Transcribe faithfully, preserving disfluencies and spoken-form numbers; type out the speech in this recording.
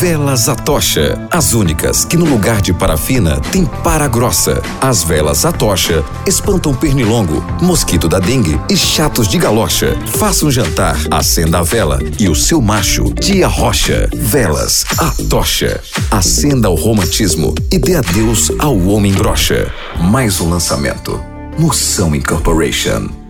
Velas A Tocha, as únicas que no lugar de parafina tem para grossa. As velas A Tocha espantam pernilongo, mosquito da dengue e chatos de galocha. Faça um jantar, acenda a vela e o seu macho te arrocha. Velas A Tocha. Acenda o romantismo e dê adeus ao homem broxa. Mais um lançamento. Moção Incorporation.